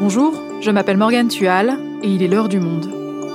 Bonjour, je m'appelle Morgane Tual et il est l'heure du monde.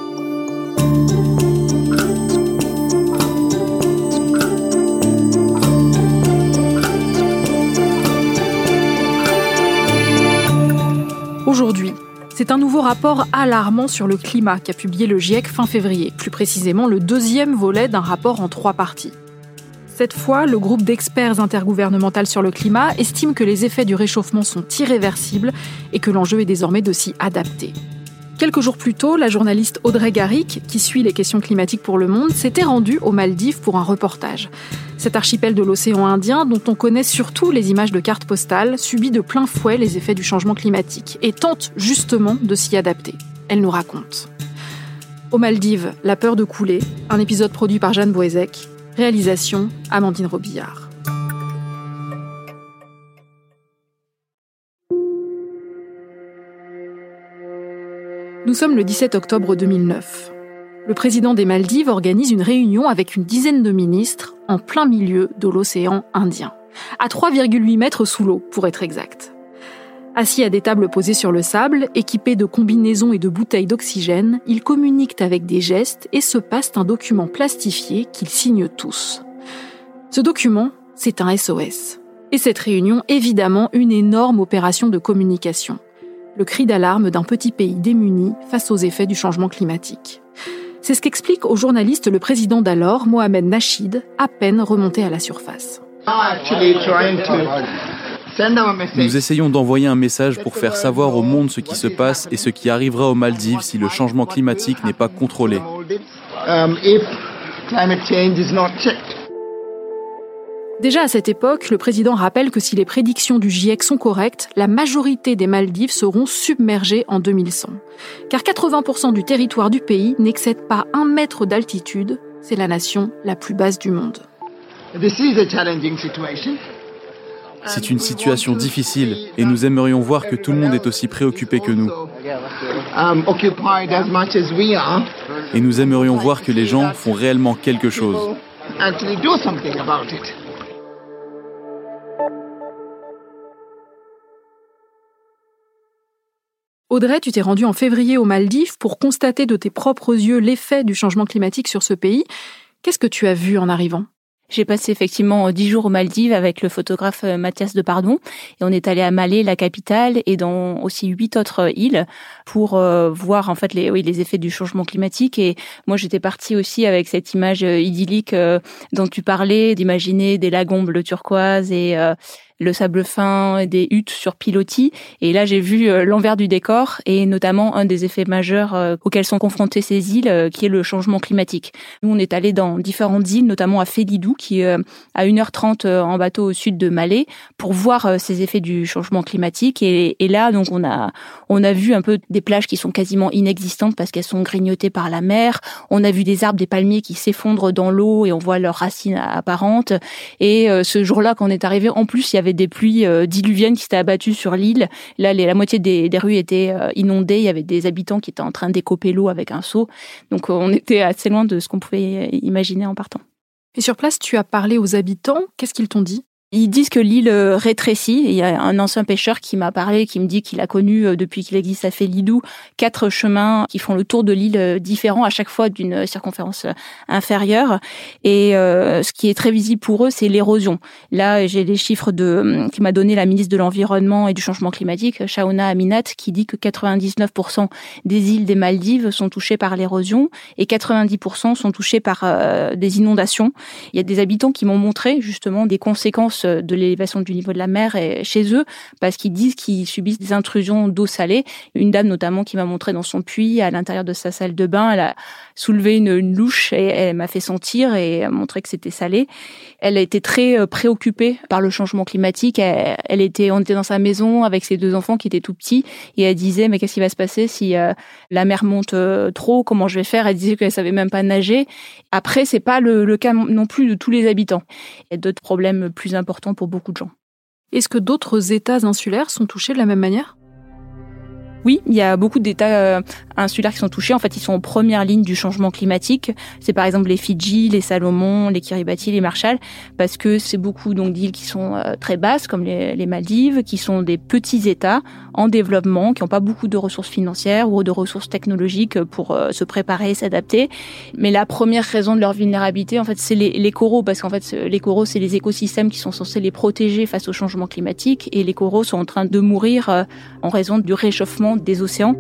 Aujourd'hui, c'est un nouveau rapport alarmant sur le climat qu'a publié le GIEC fin février, plus précisément le deuxième volet d'un rapport en 3 parties. Cette fois, le groupe d'experts intergouvernemental sur le climat estime que les effets du réchauffement sont irréversibles et que l'enjeu est désormais de s'y adapter. Quelques jours plus tôt, la journaliste Audrey Garrick, qui suit les questions climatiques pour Le Monde, s'était rendue aux Maldives pour un reportage. Cet archipel de l'océan Indien, dont on connaît surtout les images de cartes postales, subit de plein fouet les effets du changement climatique et tente justement de s'y adapter. Elle nous raconte. Aux Maldives, la peur de couler, un épisode produit par Jeanne Boézek. Réalisation, Amandine Robillard. Nous sommes le 17 octobre 2009. Le président des Maldives organise une réunion avec une dizaine de ministres en plein milieu de l'océan Indien, à 3,8 mètres sous l'eau, pour être exact. Assis à des tables posées sur le sable, équipés de combinaisons et de bouteilles d'oxygène, ils communiquent avec des gestes et se passent un document plastifié qu'ils signent tous. Ce document, c'est un SOS. Et cette réunion, évidemment, une énorme opération de communication. Le cri d'alarme d'un petit pays démuni face aux effets du changement climatique. C'est ce qu'explique au journaliste le président d'alors, Mohamed Nasheed, à peine remonté à la surface. Nous essayons d'envoyer un message pour faire savoir au monde ce qui se passe et ce qui arrivera aux Maldives si le changement climatique n'est pas contrôlé. Déjà à cette époque, le président rappelle que si les prédictions du GIEC sont correctes, la majorité des Maldives seront submergées en 2100. Car 80% du territoire du pays n'excède pas 1 mètre d'altitude. C'est la nation la plus basse du monde. C'est une situation difficile et nous aimerions voir que tout le monde est aussi préoccupé que nous. Et nous aimerions voir que les gens font réellement quelque chose. Audrey, tu t'es rendue en février aux Maldives pour constater de tes propres yeux l'effet du changement climatique sur ce pays. Qu'est-ce que tu as vu en arrivant ? J'ai passé effectivement 10 jours aux Maldives avec le photographe Mathias Depardon et on est allé à Malé, la capitale, et dans aussi 8 autres îles pour voir en fait les effets du changement climatique. Et moi j'étais partie aussi avec cette image idyllique dont tu parlais, d'imaginer des lagons bleu turquoise et le sable fin, des huttes sur pilotis. Et là, j'ai vu l'envers du décor et notamment un des effets majeurs auxquels sont confrontées ces îles, qui est le changement climatique. Nous, on est allés dans différentes îles, notamment à Felidou, qui est à 1h30 en bateau au sud de Malé, pour voir ces effets du changement climatique. Et là, donc, on a vu un peu des plages qui sont quasiment inexistantes parce qu'elles sont grignotées par la mer. On a vu des arbres, des palmiers qui s'effondrent dans l'eau et on voit leurs racines apparentes. Et ce jour-là, quand on est arrivé, en plus, il y avait des pluies diluviennes qui s'étaient abattues sur l'île. Là, la moitié des rues étaient inondées. Il y avait des habitants qui étaient en train d'écoper l'eau avec un seau. Donc, on était assez loin de ce qu'on pouvait imaginer en partant. Et sur place, tu as parlé aux habitants. Qu'est-ce qu'ils t'ont dit ? Ils disent que l'île rétrécit. Il y a un ancien pêcheur qui m'a parlé, qui me dit qu'il a connu, depuis qu'il existe à Felidou, 4 chemins qui font le tour de l'île différents, à chaque fois d'une circonférence inférieure. Et ce qui est très visible pour eux, c'est l'érosion. Là, j'ai les chiffres qui m'a donné la ministre de l'Environnement et du Changement climatique, Shauna Aminat, qui dit que 99% des îles des Maldives sont touchées par l'érosion et 90% sont touchées par des inondations. Il y a des habitants qui m'ont montré justement des conséquences de l'élévation du niveau de la mer chez eux, parce qu'ils disent qu'ils subissent des intrusions d'eau salée. Une dame notamment qui m'a montré dans son puits, à l'intérieur de sa salle de bain, elle a soulevé une louche et elle m'a fait sentir et a montré que c'était salé. Elle a été très préoccupée par le changement climatique. On était dans sa maison avec ses 2 enfants qui étaient tout petits et elle disait mais qu'est-ce qui va se passer si la mer monte trop, comment je vais faire ? Elle disait qu'elle savait même pas nager. Après, c'est pas le cas non plus de tous les habitants. Il y a d'autres problèmes plus importants pour beaucoup de gens. Est-ce que d'autres États insulaires sont touchés de la même manière ? Oui, il y a beaucoup d'États insulaires qui sont touchés. En fait, ils sont en première ligne du changement climatique. C'est par exemple les Fidji, les Salomon, les Kiribati, les Marshall, parce que c'est beaucoup donc d'îles qui sont très basses, comme les Maldives, qui sont des petits États en développement, qui n'ont pas beaucoup de ressources financières ou de ressources technologiques pour se préparer et s'adapter. Mais la première raison de leur vulnérabilité, en fait, c'est les coraux, parce qu'en fait, les coraux, c'est les écosystèmes qui sont censés les protéger face au changement climatique, et les coraux sont en train de mourir en raison du réchauffement des océans.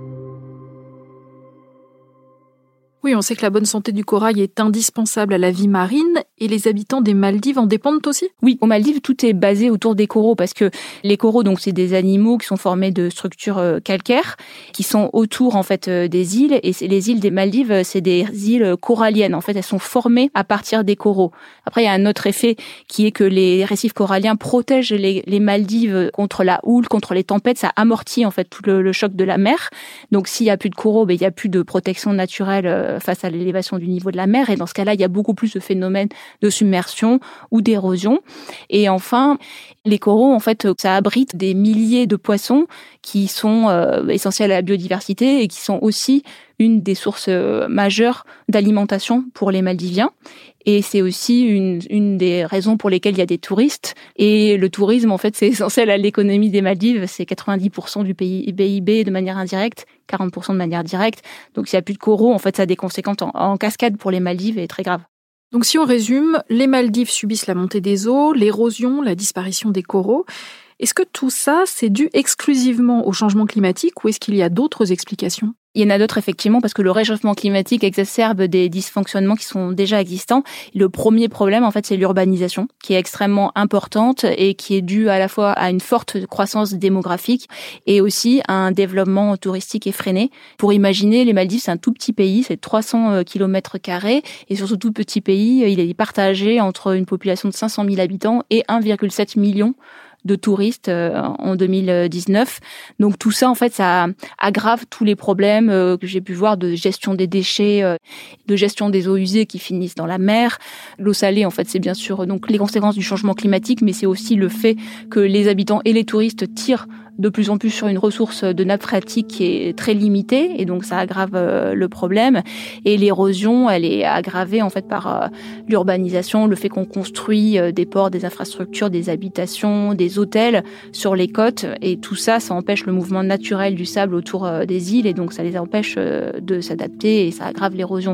Oui, on sait que la bonne santé du corail est indispensable à la vie marine, et les habitants des Maldives en dépendent aussi ? Oui, aux Maldives, tout est basé autour des coraux, parce que les coraux, donc, c'est des animaux qui sont formés de structures calcaires, qui sont autour, en fait, des îles, et les îles des Maldives, c'est des îles coralliennes. En fait, elles sont formées à partir des coraux. Après, il y a un autre effet qui est que les récifs coralliens protègent les Maldives contre la houle, contre les tempêtes. Ça amortit, en fait, tout le choc de la mer. Donc, s'il y a plus de coraux, il y a plus de protection naturelle face à l'élévation du niveau de la mer. Et dans ce cas-là, il y a beaucoup plus de phénomènes de submersion ou d'érosion. Et enfin, les coraux, en fait, ça abrite des milliers de poissons qui sont essentiels à la biodiversité et qui sont aussi une des sources majeures d'alimentation pour les Maldiviens. Et c'est aussi une des raisons pour lesquelles il y a des touristes. Et le tourisme, en fait, c'est essentiel à l'économie des Maldives. C'est 90% du PIB de manière indirecte, 40% de manière directe. Donc, s'il n'y a plus de coraux, en fait, ça a des conséquences en cascade pour les Maldives et très grave. Donc, si on résume, les Maldives subissent la montée des eaux, l'érosion, la disparition des coraux. Est-ce que tout ça, c'est dû exclusivement au changement climatique ou est-ce qu'il y a d'autres explications ? Il y en a d'autres, effectivement, parce que le réchauffement climatique exacerbe des dysfonctionnements qui sont déjà existants. Le premier problème, en fait, c'est l'urbanisation, qui est extrêmement importante et qui est due à la fois à une forte croissance démographique et aussi à un développement touristique effréné. Pour imaginer, les Maldives, c'est un tout petit pays, c'est 300 km², et sur ce tout petit pays, il est partagé entre une population de 500 000 habitants et 1,7 million de touristes en 2019. Donc tout ça, en fait, ça aggrave tous les problèmes que j'ai pu voir de gestion des déchets, de gestion des eaux usées qui finissent dans la mer. L'eau salée, en fait, c'est bien sûr donc les conséquences du changement climatique, mais c'est aussi le fait que les habitants et les touristes tirent de plus en plus sur une ressource de nappe phréatique qui est très limitée, et donc ça aggrave le problème. Et l'érosion, elle est aggravée en fait par l'urbanisation, le fait qu'on construit des ports, des infrastructures, des habitations, des hôtels sur les côtes, et tout ça, ça empêche le mouvement naturel du sable autour des îles, et donc ça les empêche de s'adapter, et ça aggrave l'érosion.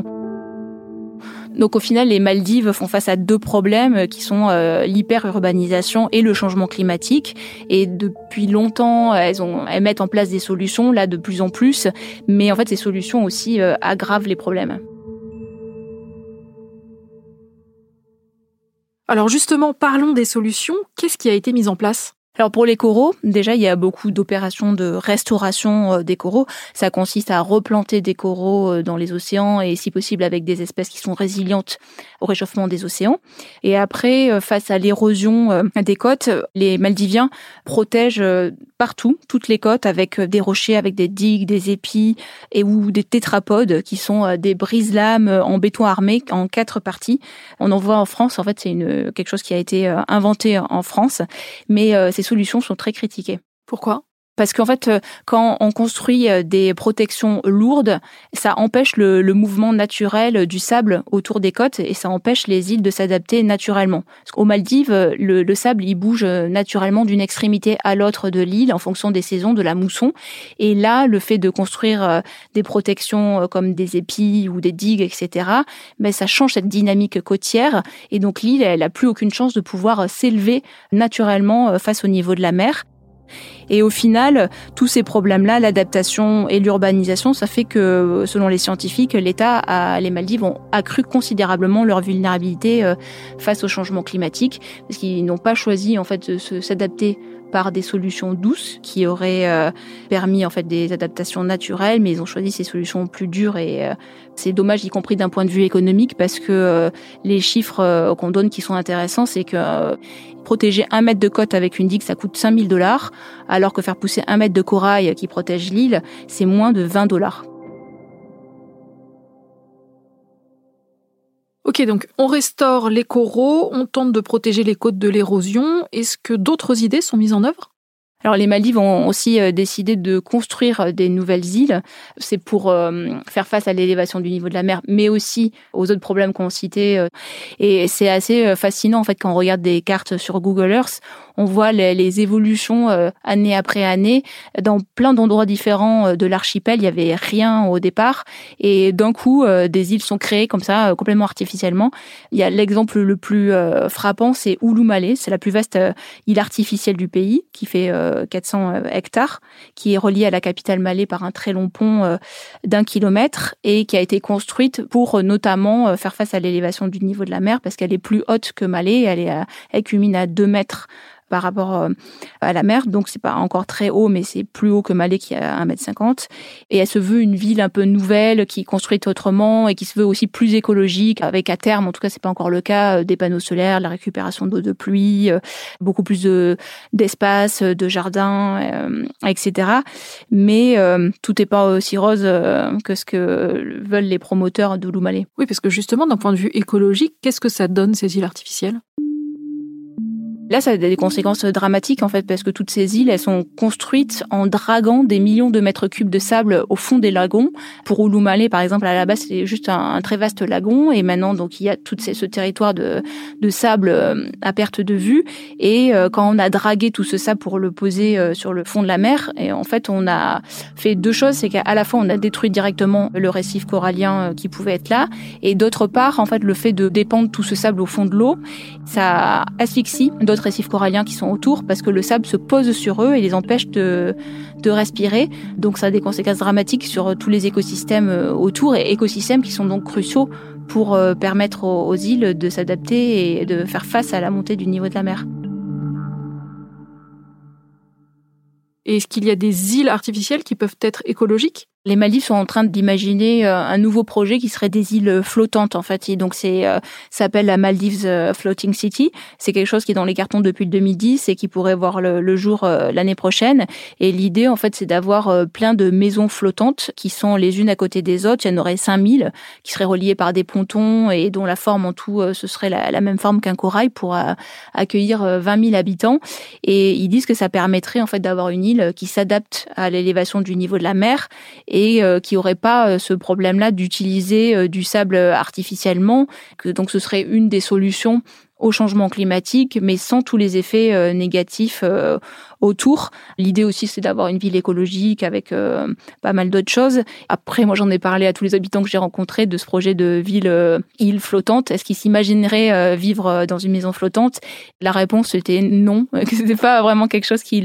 Donc au final, les Maldives font face à deux problèmes qui sont l'hyper-urbanisation et le changement climatique. Et depuis longtemps, elles mettent en place des solutions, là de plus en plus. Mais en fait, ces solutions aussi aggravent les problèmes. Alors justement, parlons des solutions. Qu'est-ce qui a été mis en place ? Alors pour les coraux, déjà il y a beaucoup d'opérations de restauration des coraux. Ça consiste à replanter des coraux dans les océans et si possible avec des espèces qui sont résilientes au réchauffement des océans. Et après, face à l'érosion des côtes, les Maldiviens protègent partout, toutes les côtes, avec des rochers, avec des digues, des épis ou des tétrapodes qui sont des brise-lames en béton armé en 4 parties. On en voit en France, en fait c'est quelque chose qui a été inventé en France, mais ces solutions sont très critiquées. Pourquoi ? Parce qu'en fait, quand on construit des protections lourdes, ça empêche le mouvement naturel du sable autour des côtes et ça empêche les îles de s'adapter naturellement. Parce qu'aux Maldives, le sable, il bouge naturellement d'une extrémité à l'autre de l'île en fonction des saisons, de la mousson. Et là, le fait de construire des protections comme des épis ou des digues, etc., ça change cette dynamique côtière. Et donc l'île, elle n'a plus aucune chance de pouvoir s'élever naturellement face au niveau de la mer. Et au final, tous ces problèmes-là, l'adaptation et l'urbanisation, ça fait que, selon les scientifiques, les Maldives ont accru considérablement leur vulnérabilité face au changement climatique, parce qu'ils n'ont pas choisi en fait de s'adapter par des solutions douces qui auraient permis en fait des adaptations naturelles, mais ils ont choisi ces solutions plus dures et c'est dommage, y compris d'un point de vue économique, parce que les chiffres qu'on donne qui sont intéressants, c'est que protéger 1 mètre de côte avec une digue, ça coûte $5 000, alors que faire pousser 1 mètre de corail qui protège l'île, c'est moins de $20. Ok, donc on restaure les coraux, on tente de protéger les côtes de l'érosion. Est-ce que d'autres idées sont mises en œuvre ? Alors les Maldives ont aussi décidé de construire des nouvelles îles. C'est pour faire face à l'élévation du niveau de la mer, mais aussi aux autres problèmes qu'on citait. Et c'est assez fascinant en fait quand on regarde des cartes sur Google Earth. On voit les évolutions année après année. Dans plein d'endroits différents de l'archipel, il y avait rien au départ. Et d'un coup, des îles sont créées comme ça, complètement artificiellement. Il y a l'exemple le plus frappant, c'est Ulu-Malé. C'est la plus vaste île artificielle du pays, qui fait 400 hectares, qui est reliée à la capitale Malé par un très long pont d'1 kilomètre et qui a été construite pour notamment faire face à l'élévation du niveau de la mer parce qu'elle est plus haute que Malé. Elle culmine à 2 mètres par rapport à la mer, donc c'est pas encore très haut, mais c'est plus haut que Malé qui a 1,50 m. Et elle se veut une ville un peu nouvelle, qui est construite autrement et qui se veut aussi plus écologique, avec à terme, en tout cas c'est pas encore le cas, des panneaux solaires, la récupération d'eau de pluie, beaucoup plus d'espace, de jardins, etc. Mais tout n'est pas aussi rose que ce que veulent les promoteurs d'Ulu-Malé. Oui, parce que justement, d'un point de vue écologique, qu'est-ce que ça donne ces îles artificielles ? Là, ça a des conséquences dramatiques, en fait, parce que toutes ces îles, elles sont construites en draguant des millions de mètres cubes de sable au fond des lagons. Pour Ulu-Malé, par exemple, à la base, c'est juste un très vaste lagon. Et maintenant, donc, il y a tout ce territoire de sable à perte de vue. Et quand on a dragué tout ce sable pour le poser sur le fond de la mer, et en fait, on a fait 2 choses. C'est qu'à la fois, on a détruit directement le récif corallien qui pouvait être là. Et d'autre part, en fait, le fait de dépendre tout ce sable au fond de l'eau, ça asphyxie d'autres récifs coralliens qui sont autour parce que le sable se pose sur eux et les empêche de respirer. Donc ça a des conséquences dramatiques sur tous les écosystèmes autour et écosystèmes qui sont donc cruciaux pour permettre aux îles de s'adapter et de faire face à la montée du niveau de la mer. Et est-ce qu'il y a des îles artificielles qui peuvent être écologiques ? Les Maldives sont en train d'imaginer un nouveau projet qui serait des îles flottantes, en fait. Et donc, ça s'appelle la Maldives Floating City. C'est quelque chose qui est dans les cartons depuis le 2010 et qui pourrait voir le jour l'année prochaine. Et l'idée, en fait, c'est d'avoir plein de maisons flottantes qui sont les unes à côté des autres. Il y en aurait 5000 qui seraient reliées par des pontons et dont la forme en tout, ce serait la même forme qu'un corail pour accueillir 20 000 habitants. Et ils disent que ça permettrait, en fait, d'avoir une île qui s'adapte à l'élévation du niveau de la mer et qui n'aurait pas ce problème-là d'utiliser du sable artificiellement. Donc ce serait une des solutions au changement climatique, mais sans tous les effets négatifs autour. L'idée aussi, c'est d'avoir une ville écologique avec pas mal d'autres choses. Après, moi, j'en ai parlé à tous les habitants que j'ai rencontrés de ce projet de ville-île flottante. Est-ce qu'ils s'imagineraient vivre dans une maison flottante ? La réponse était non, que c'était pas vraiment quelque chose qui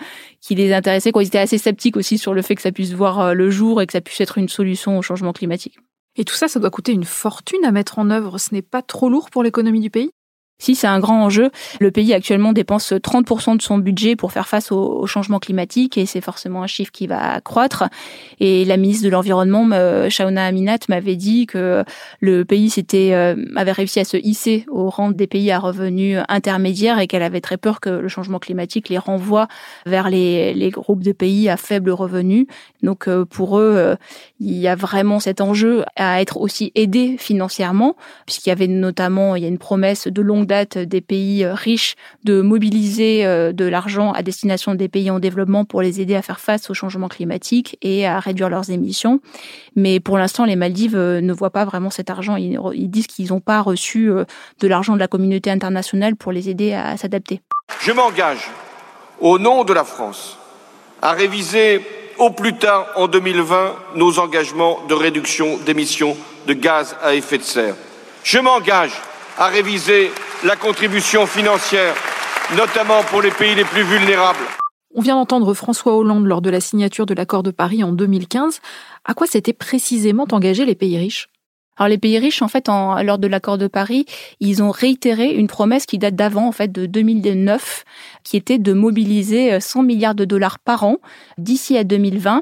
les intéressait. Ils étaient assez sceptiques aussi sur le fait que ça puisse voir le jour et que ça puisse être une solution au changement climatique. Et tout ça, ça doit coûter une fortune à mettre en œuvre. Ce n'est pas trop lourd pour l'économie du pays ? Si, c'est un grand enjeu. Le pays actuellement dépense 30% de son budget pour faire face au changement climatique et c'est forcément un chiffre qui va croître. Et la ministre de l'Environnement, Shauna Aminat, m'avait dit que le pays avait réussi à se hisser au rang des pays à revenus intermédiaires et qu'elle avait très peur que le changement climatique les renvoie vers les groupes de pays à faible revenu. Donc pour eux, il y a vraiment cet enjeu à être aussi aidés financièrement, puisqu'il y avait notamment une promesse de longue date des pays riches de mobiliser de l'argent à destination des pays en développement pour les aider à faire face au changement climatique et à réduire leurs émissions. Mais pour l'instant, les Maldives ne voient pas vraiment cet argent. Ils disent qu'ils n'ont pas reçu de l'argent de la communauté internationale pour les aider à s'adapter. Je m'engage, au nom de la France, à réviser au plus tard en 2020 nos engagements de réduction d'émissions de gaz à effet de serre. Je m'engage à réviser la contribution financière, notamment pour les pays les plus vulnérables. On vient d'entendre François Hollande lors de la signature de l'accord de Paris en 2015. À quoi s'étaient précisément engagés les pays riches ? Alors les pays riches, en fait, lors de l'accord de Paris, ils ont réitéré une promesse qui date d'avant, en fait, de 2009, qui était de mobiliser 100 milliards de dollars par an d'ici à 2020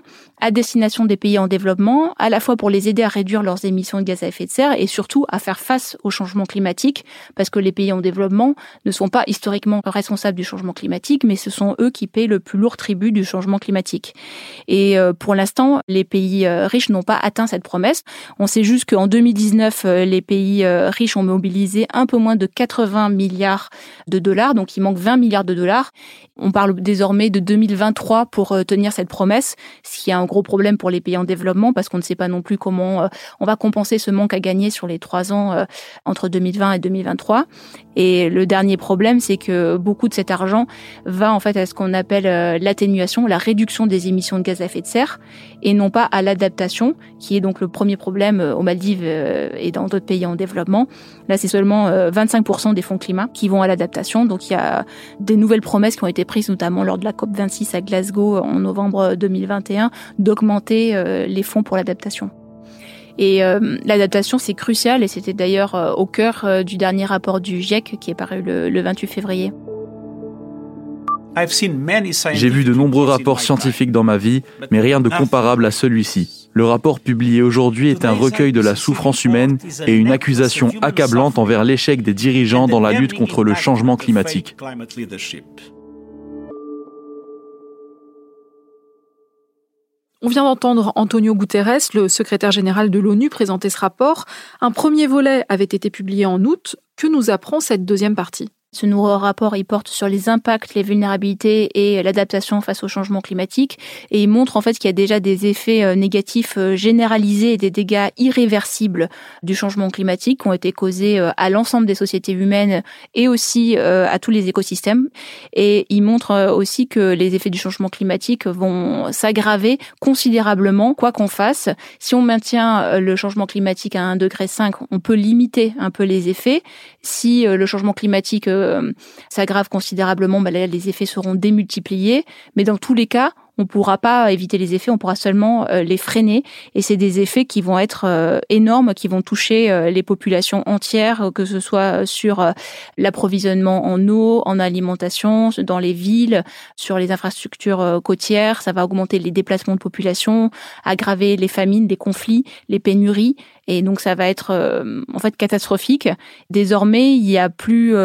à destination des pays en développement, à la fois pour les aider à réduire leurs émissions de gaz à effet de serre et surtout à faire face au changement climatique, parce que les pays en développement ne sont pas historiquement responsables du changement climatique, mais ce sont eux qui paient le plus lourd tribut du changement climatique. Et pour l'instant, les pays riches n'ont pas atteint cette promesse. On sait juste qu'en 2019, les pays riches ont mobilisé un peu moins de 80 milliards de dollars, donc il manque 20 milliards de dollars. On parle désormais de 2023 pour tenir cette promesse, ce qui est un gros problème pour les pays en développement parce qu'on ne sait pas non plus comment on va compenser ce manque à gagner sur les 3 ans entre 2020 et 2023. Et le dernier problème, c'est que beaucoup de cet argent va en fait à ce qu'on appelle l'atténuation, la réduction des émissions de gaz à effet de serre, et non pas à l'adaptation, qui est donc le premier problème aux Maldives et dans d'autres pays en développement. Là, c'est seulement 25% des fonds climat qui vont à l'adaptation. Donc, il y a des nouvelles promesses qui ont été prises, notamment lors de la COP26 à Glasgow en novembre 2021, d'augmenter les fonds pour l'adaptation. Et l'adaptation, c'est crucial, et c'était d'ailleurs au cœur du dernier rapport du GIEC qui est paru le 28 février. J'ai vu de nombreux rapports scientifiques dans ma vie, mais rien de comparable à celui-ci. Le rapport publié aujourd'hui est un recueil de la souffrance humaine et une accusation accablante envers l'échec des dirigeants dans la lutte contre le changement climatique. On vient d'entendre Antonio Guterres, le secrétaire général de l'ONU, présenter ce rapport. Un premier volet avait été publié en août. Que nous apprend cette deuxième partie ? Ce nouveau rapport, il porte sur les impacts, les vulnérabilités et l'adaptation face au changement climatique. Et il montre en fait qu'il y a déjà des effets négatifs généralisés et des dégâts irréversibles du changement climatique qui ont été causés à l'ensemble des sociétés humaines et aussi à tous les écosystèmes. Et il montre aussi que les effets du changement climatique vont s'aggraver considérablement, quoi qu'on fasse. Si on maintient le changement climatique à 1,5 degré, on peut limiter un peu les effets. Si le changement climatique s'aggrave considérablement, là, les effets seront démultipliés. Mais dans tous les cas, on ne pourra pas éviter les effets, on pourra seulement les freiner. Et c'est des effets qui vont être énormes, qui vont toucher les populations entières, que ce soit sur l'approvisionnement en eau, en alimentation, dans les villes, sur les infrastructures côtières. Ça va augmenter les déplacements de population, aggraver les famines, les conflits, les pénuries. Et donc ça va être en fait catastrophique. Désormais, il reste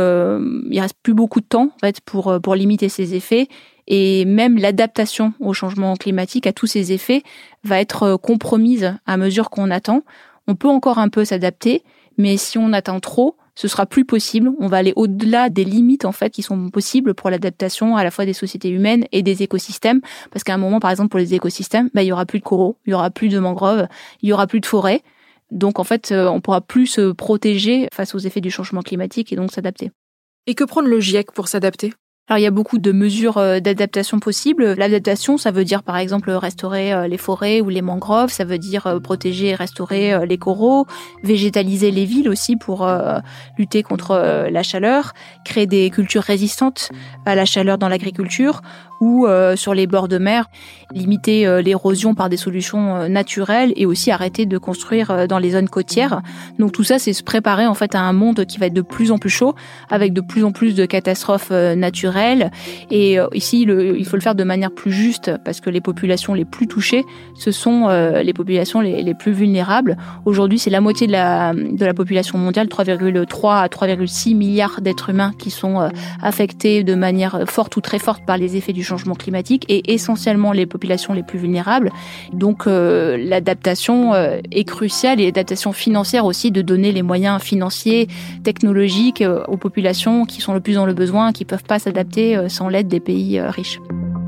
plus beaucoup de temps en fait pour limiter ces effets. Et même l'adaptation au changement climatique, à tous ces effets, va être compromise à mesure qu'on attend. On peut encore un peu s'adapter, mais si on attend trop, ce sera plus possible. On va aller au-delà des limites en fait qui sont possibles pour l'adaptation à la fois des sociétés humaines et des écosystèmes. Parce qu'à un moment, par exemple, pour les écosystèmes, il y aura plus de coraux, il y aura plus de mangroves, il y aura plus de forêts. Donc en fait, on pourra plus se protéger face aux effets du changement climatique et donc s'adapter. Et que prône le GIEC pour s'adapter ? Alors, il y a beaucoup de mesures d'adaptation possibles. L'adaptation, ça veut dire, par exemple, restaurer les forêts ou les mangroves. Ça veut dire protéger et restaurer les coraux, végétaliser les villes aussi pour lutter contre la chaleur, créer des cultures résistantes à la chaleur dans l'agriculture ou sur les bords de mer, limiter l'érosion par des solutions naturelles et aussi arrêter de construire dans les zones côtières. Donc tout ça, c'est se préparer en fait à un monde qui va être de plus en plus chaud, avec de plus en plus de catastrophes naturelles. Et ici, il faut le faire de manière plus juste parce que les populations les plus touchées, ce sont les populations les plus vulnérables. Aujourd'hui, c'est la moitié de la population mondiale, 3,3 à 3,6 milliards d'êtres humains qui sont affectés de manière forte ou très forte par les effets du changement climatique et essentiellement les populations les plus vulnérables. Donc l'adaptation est cruciale et l'adaptation financière aussi, de donner les moyens financiers, technologiques aux populations qui sont le plus dans le besoin, qui ne peuvent pas s'adapter sans l'aide des pays riches.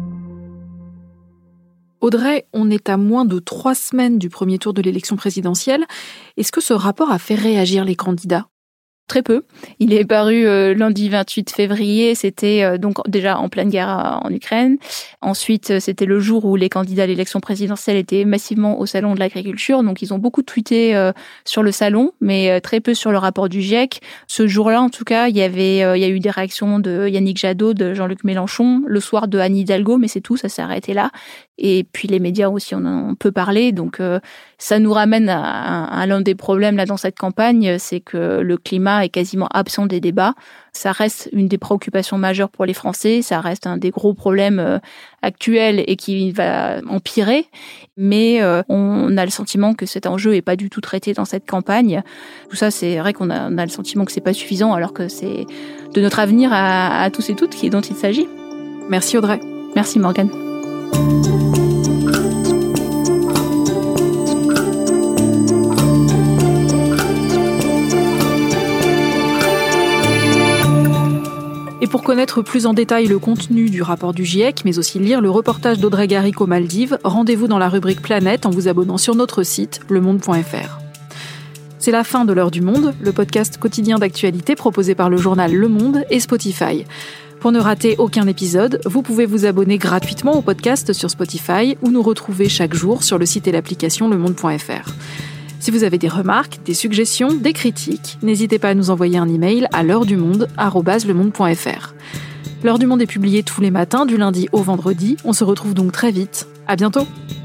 Audrey, on est à moins de 3 semaines du premier tour de l'élection présidentielle. Est-ce que ce rapport a fait réagir les candidats ? Très peu. Il est paru lundi 28 février. C'était donc déjà en pleine guerre en Ukraine. Ensuite, c'était le jour où les candidats à l'élection présidentielle étaient massivement au salon de l'agriculture. Donc, ils ont beaucoup tweeté sur le salon, mais très peu sur le rapport du GIEC. Ce jour-là, en tout cas, il y a eu des réactions de Yannick Jadot, de Jean-Luc Mélenchon, le soir de Anne Hidalgo, mais c'est tout, ça s'est arrêté là. Et puis les médias aussi, on en peut parler. Donc, ça nous ramène à l'un des problèmes là dans cette campagne, c'est que le climat climat est quasiment absent des débats. Ça reste une des préoccupations majeures pour les Français, ça reste un des gros problèmes actuels et qui va empirer. Mais on a le sentiment que cet enjeu est pas du tout traité dans cette campagne. Tout ça, c'est vrai qu'on a le sentiment que c'est pas suffisant, alors que c'est de notre avenir à tous et toutes dont il s'agit. Merci Audrey. Merci Morgane. Et pour connaître plus en détail le contenu du rapport du GIEC, mais aussi lire le reportage d'Audrey Garrick aux Maldives, rendez-vous dans la rubrique Planète en vous abonnant sur notre site, lemonde.fr. C'est la fin de l'Heure du Monde, le podcast quotidien d'actualité proposé par le journal Le Monde et Spotify. Pour ne rater aucun épisode, vous pouvez vous abonner gratuitement au podcast sur Spotify ou nous retrouver chaque jour sur le site et l'application lemonde.fr. Si vous avez des remarques, des suggestions, des critiques, n'hésitez pas à nous envoyer un email à l'heuredumonde@lemonde.fr. L'Heure du Monde est publiée tous les matins du lundi au vendredi. On se retrouve donc très vite. À bientôt.